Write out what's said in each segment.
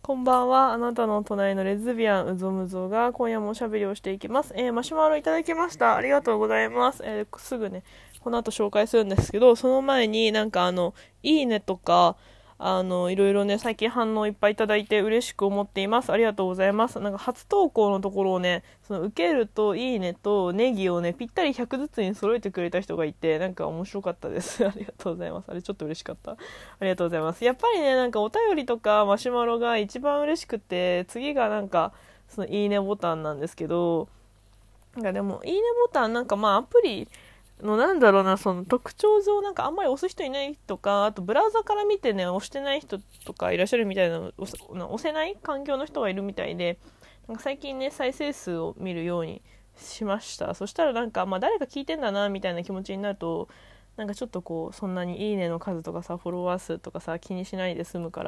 こんばんは。あなたの隣のレズビアンうぞむぞが今夜もおしゃべりをしていきます。マシュマロいただきました。ありがとうございます。すぐね、この後紹介するんですけど、その前にいいねとか、いろいろね、最近反応いっぱいいただいて嬉しく思っています。ありがとうございます。初投稿のところをね、その受けるといいねとネギをね、ぴったり100ずつに揃えてくれた人がいて、面白かったです。ありがとうございます。あれちょっと嬉しかった。ありがとうございます。やっぱりね、お便りとかマシュマロが一番嬉しくて、次がそのいいねボタンなんですけど、でもいいねボタンアプリのその特徴上あんまり押す人いないとか、あとブラウザから見てね押してない人とかいらっしゃるみたいな、押せない環境の人がいるみたいで、最近ね再生数を見るようにしました。そしたら誰か聞いてんだなみたいな気持ちになると、ちょっとこうそんなにいいねの数とかさ、フォロワー数とかさ気にしないで済むから、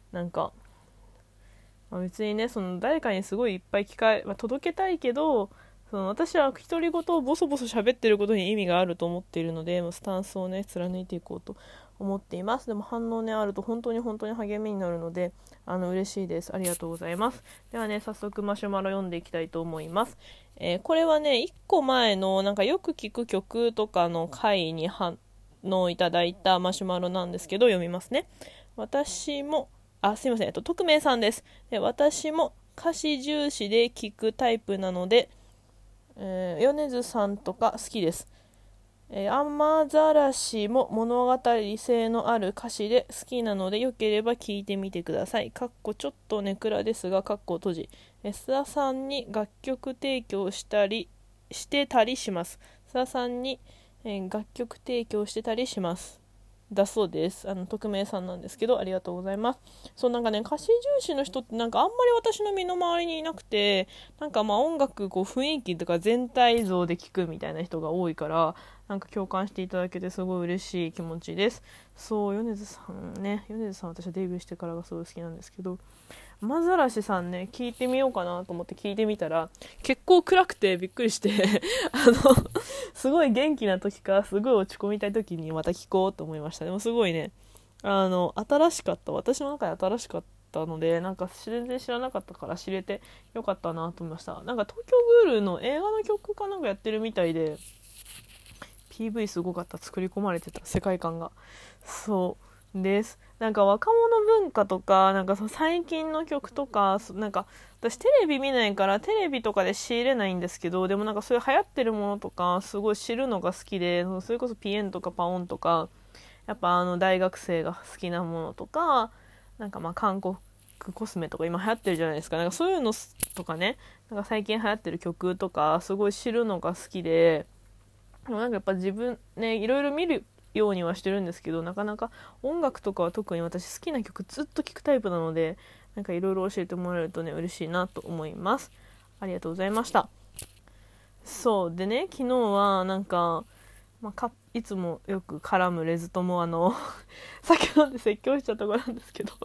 別にねその誰かにすごいいっぱい届けたいけど、その私は独り言をボソボソ喋ってることに意味があると思っているので、スタンスをね貫いていこうと思っています。でも反応ねあると本当に励みになるので、嬉しいです。ありがとうございます。ではね、早速マシュマロ読んでいきたいと思います。これはね1個前のよく聞く曲とかの回に反応いただいたマシュマロなんですけど、読みますね。私もすいません、匿名さんです。私も歌詞重視で聞くタイプなので、米津さんとか好きです。雨ざらしも物語性のある歌詞で好きなので、よければ聞いてみてください。かっこちょっとネクラですが、かっこ閉じ。須田さんに楽曲提供してたりします。須田さんに、楽曲提供してたりします。だそうです。匿名さんなんですけど、ありがとうございます。そう歌詞重視の人ってあんまり私の身の回りにいなくて、音楽こう雰囲気とか全体像で聞くみたいな人が多いから、共感していただけてすごい嬉しい気持ちです。そう、米津さん私はデビューしてからがすごい好きなんですけど、雨ざらしさんね、聞いてみようかなと思って聞いてみたら、結構暗くてびっくりしてすごい元気な時か、すごい落ち込みたい時にまた聞こうと思いました。でもすごいね、新しかった。私の中で新しかったので、全然知らなかったから知れてよかったなと思いました。東京グールの映画の曲かやってるみたいで、PV すごかった。作り込まれてた世界観が。そうです。若者文化とか、その最近の曲とか、私テレビ見ないからテレビとかで仕入れないんですけど、でもそういう流行ってるものとかすごい知るのが好きで、それこそピエンとかパオンとか、やっぱ大学生が好きなものとか、韓国コスメとか今流行ってるじゃないですか。そういうのとかね、最近流行ってる曲とかすごい知るのが好きで、でもやっぱ自分ねいろいろ見るようにはしてるんですけど、なかなか音楽とかは特に私好きな曲ずっと聴くタイプなので、いろいろ教えてもらえるとね嬉しいなと思います。ありがとうございました。そうでね、昨日はいつもよく絡むレズとも酒飲んで説教しちゃったところなんですけど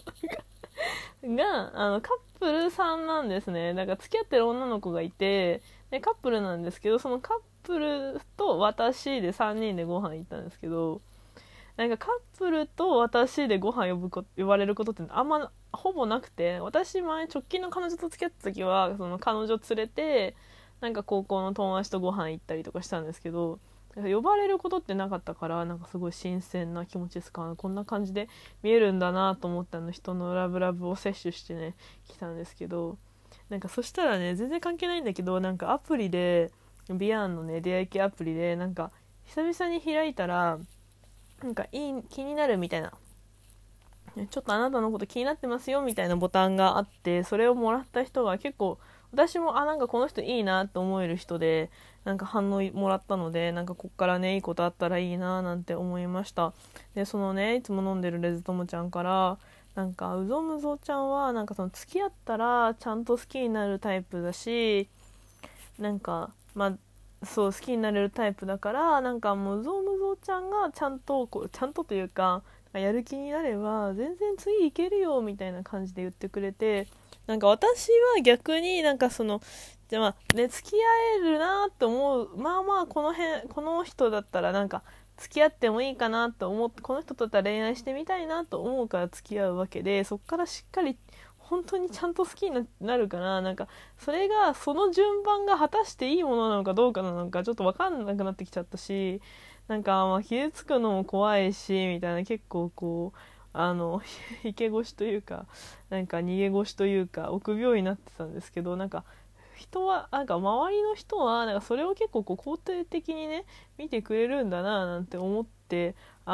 カップルさんなんですね。付き合ってる女の子がいて、でカップルなんですけど、そのカップルと私で3人でご飯行ったんですけど、カップルと私でご飯呼ばれることってあんまほぼなくて、私前直近の彼女と付き合った時はその彼女連れて高校の友達とご飯行ったりとかしたんですけど、呼ばれることってなかったから、すごい新鮮な気持ちですか。こんな感じで見えるんだなと思って人のラブラブを摂取してね来たんですけど、そしたらね全然関係ないんだけど、アプリでビアンのね出会い系アプリで久々に開いたら気になるみたいな、ちょっとあなたのこと気になってますよみたいなボタンがあって、それをもらった人が結構、私もこの人いいなって思える人で反応もらったので、こっからねいいことあったらいいななんて思いました。でそのねいつも飲んでるレズともちゃんから、うぞむぞちゃんはその付き合ったらちゃんと好きになるタイプだし、そう好きになれるタイプだから、もううぞむぞちゃんがちゃんとというかやる気になれば全然次いけるよみたいな感じで言ってくれて、私は逆にそのじゃ付き合えるなって思う、この人だったら付き合ってもいいかなと思って、この人とだったら恋愛してみたいなと思うから付き合うわけで、そっからしっかり本当にちゃんと好きになるかな、なんかそれがその順番が果たしていいものなのかどうかなのかちょっと分かんなくなってきちゃったし、なんかまあ傷つくのも怖いしみたいな、結構こう引け腰というか、なんか逃げ腰というか臆病になってたんですけど、なんか人はなんか周りの人はなんかそれを結構こう肯定的にね見てくれるんだななんて思って、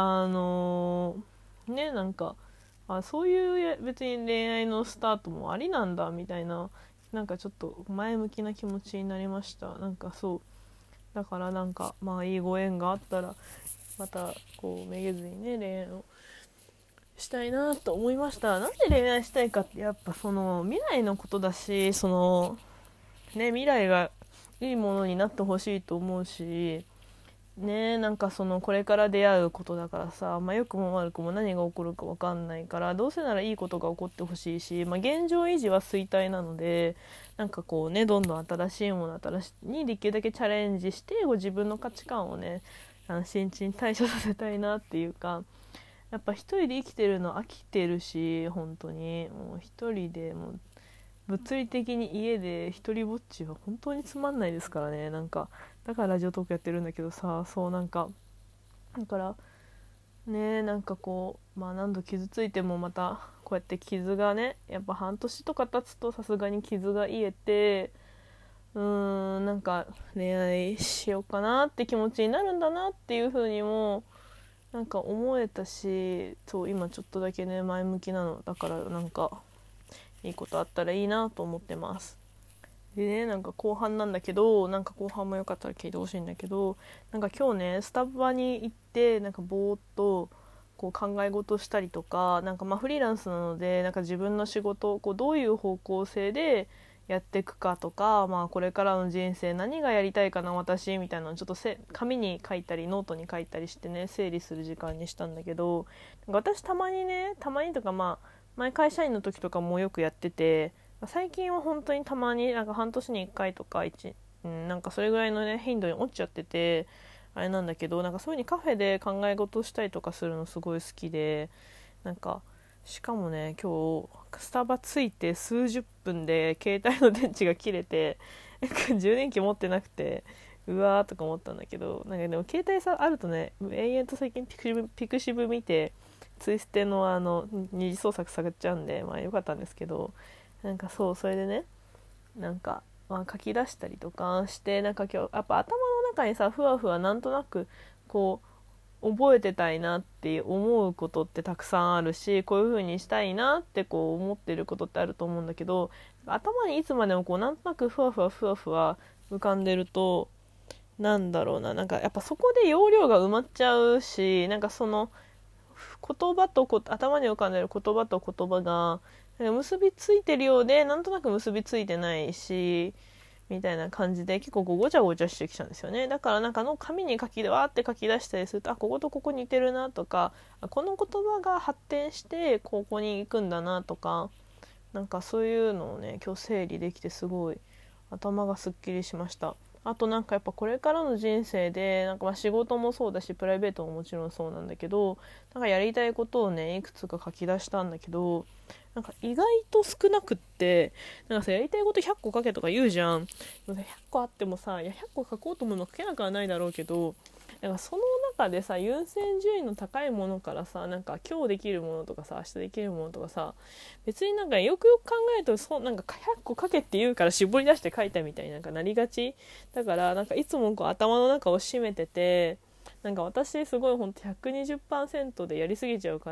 なんかそういう別に恋愛のスタートもありなんだみたいな、なんかちょっと前向きな気持ちになりました。なんかそうだからなんかまあいいご縁があったらまたこうめげずにね恋愛をしたいなと思いました。なんで恋愛したいかってやっぱその未来のことだし、そのね未来がいいものになってほしいと思うしね、なんかそのこれから出会うことだからさ、まあ、良くも悪くも何が起こるか分かんないから、どうせならいいことが起こってほしいし、まあ、現状維持は衰退なので、なんかこうねどんどん新しいものにできるだけチャレンジして自分の価値観をね新陳代謝させたいなっていうか、やっぱ一人で生きてるの飽きてるし、本当にもう一人でもう物理的に家で一人ぼっちは本当につまんないですからね。なんかだからラジオトークやってるんだけどさ、そうなんかだからね、なんかこうまあ何度傷ついてもまたこうやって傷がねやっぱ半年とか経つとさすがに傷が癒えて、なんか恋愛しようかなって気持ちになるんだなっていう風にもなんか思えたし、そう今ちょっとだけね前向きなのだから、なんかいいことあったらいいなと思ってます。でね、なんか後半なんだけど、なんか後半もよかったら聞いてほしいんだけど、なんか今日ねスタバに行ってなんかぼーっとこう考え事したりとか、なんかまあフリーランスなのでなんか自分の仕事をこうどういう方向性でやっていくかとか、まあこれからの人生何がやりたいかな私みたいなのをちょっと紙に書いたりノートに書いたりしてね整理する時間にしたんだけど、なんか私たまにとかまあ前会社員の時とかもよくやってて、最近は本当にたまになんか半年に1回とかなんかそれぐらいのね頻度に落ちちゃっててあれなんだけど、なんかそういう風にカフェで考え事したりとかするのすごい好きで、なんかしかもね今日スタバ着いて数十分で携帯の電池が切れて充電器持ってなくてうわーとか思ったんだけど、なんかでも携帯さあるとね延々と最近ピクシブ見てツイステの二次創作探っちゃうんで、まあよかったんですけど、なんかそうそれでねなんか、まあ、書き出したりとかして、なんか今日やっぱ頭の中にさふわふわなんとなくこう覚えてたいなって思うことってたくさんあるし、こういう風にしたいなってこう思ってることってあると思うんだけど、頭にいつまでもこうなんとなくふわふわ浮かんでると、なんだろうな、なんかやっぱそこで容量が埋まっちゃうし、なんかその言葉と頭に浮かんでる言葉と言葉が結びついてるようでなんとなく結びついてないしみたいな感じで結構ごちゃごちゃしてきたんですよね。だからなんか紙にわーって書き出したりすると、こことここ似てるなとか、この言葉が発展してここに行くんだなとか、なんかそういうのをね今日整理できてすごい頭がすっきりしました。あとなんかやっぱこれからの人生でなんかまあ仕事もそうだしプライベートももちろんそうなんだけど、なんかやりたいことをねいくつか書き出したんだけど、なんか意外と少なくって、なんかさやりたいこと100個書けとか言うじゃん。100個あってもさ、いや100個書こうと思うの書けなくはないだろうけど、なんかその中でさ優先順位の高いものからさ、なんか今日できるものとかさ明日できるものとかさ、別になんかよくよく考えるとなんか100個書けって言うから絞り出して書いたみたいになんかなりがちだから、なんかいつもこう頭の中を占めてて、なんか私すごいほんと 120% でやりすぎちゃうから、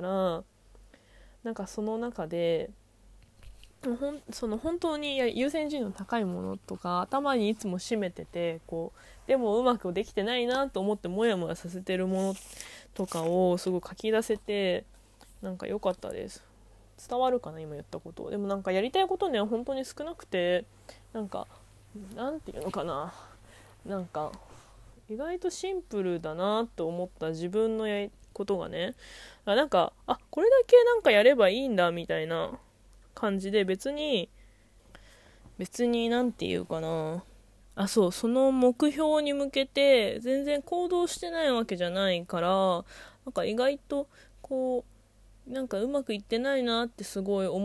なんかその中でその本当に優先順位の高いものとか頭にいつも占めてて、こうでもうまくできてないなと思ってモヤモヤさせてるものとかをすごい書き出せて、なんか良かったです。伝わるかな今言ったこと。でもなんかやりたいことね本当に少なくて、なんかなんていうのかな、なんか意外とシンプルだなと思った自分のことがね、なんかこれだけなんかやればいいんだみたいな感じで、別になんていうかな、その目標に向けて全然行動してないわけじゃないから、なんか意外とこうなんかうまくいってないなってすごい思っ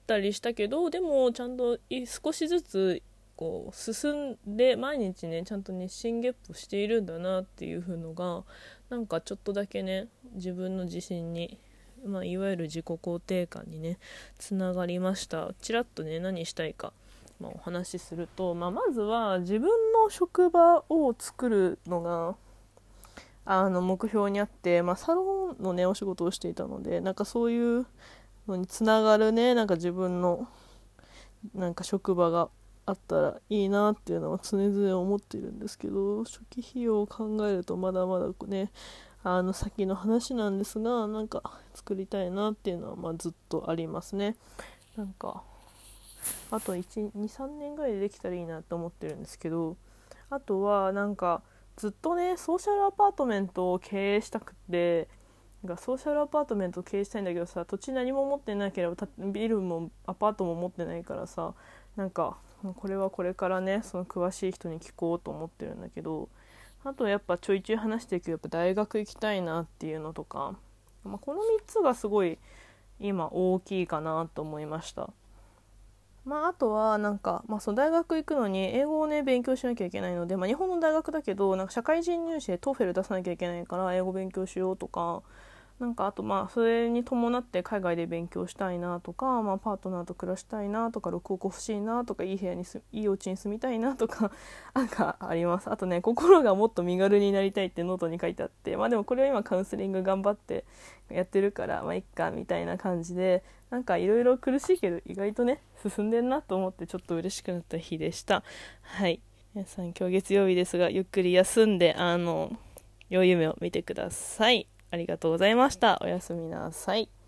たりしたけど、でもちゃんと少しずつこう進んで毎日ねちゃんと日進月歩しているんだなっていうのがなんかちょっとだけね自分の自信に、いわゆる自己肯定感にねつながりました。ちらっとね何したいか、お話しすると、まずは自分の職場を作るのが目標にあって、サロンのねお仕事をしていたので、なんかそういうのにつながるね、なんか自分のなんか職場があったらいいなっていうのは常々思っているんですけど、初期費用を考えるとまだまだね先の話なんですが、なんか作りたいなっていうのはずっとありますね。なんかあと 1,2,3 年ぐらいでできたらいいなと思ってるんですけど、あとはなんかずっとねソーシャルアパートメントを経営したくて、なんかソーシャルアパートメントを経営したいんだけどさ、土地何も持ってなければビルもアパートも持ってないからさ、なんかこれはこれからねその詳しい人に聞こうと思ってるんだけど、あとやっぱちょいちょい話していくけどやっぱ大学行きたいなっていうのとか、この3つがすごい今大きいかなと思いました。あとはなんか、その大学行くのに英語をね勉強しなきゃいけないので、日本の大学だけどなんか社会人入試でトーフェル出さなきゃいけないから英語勉強しようとか、なんかあとそれに伴って海外で勉強したいなとか、パートナーと暮らしたいなとか、6億欲しいなとか、いい部屋にいいお家に住みたいなとかなんかあります。あとね、心がもっと身軽になりたいってノートに書いてあって、でもこれは今カウンセリング頑張ってやってるからいっかみたいな感じで、なんかいろいろ苦しいけど意外とね進んでんなと思ってちょっと嬉しくなった日でした。はい、皆さん今日月曜日ですがゆっくり休んで良い夢を見てください。ありがとうございました。おやすみなさい。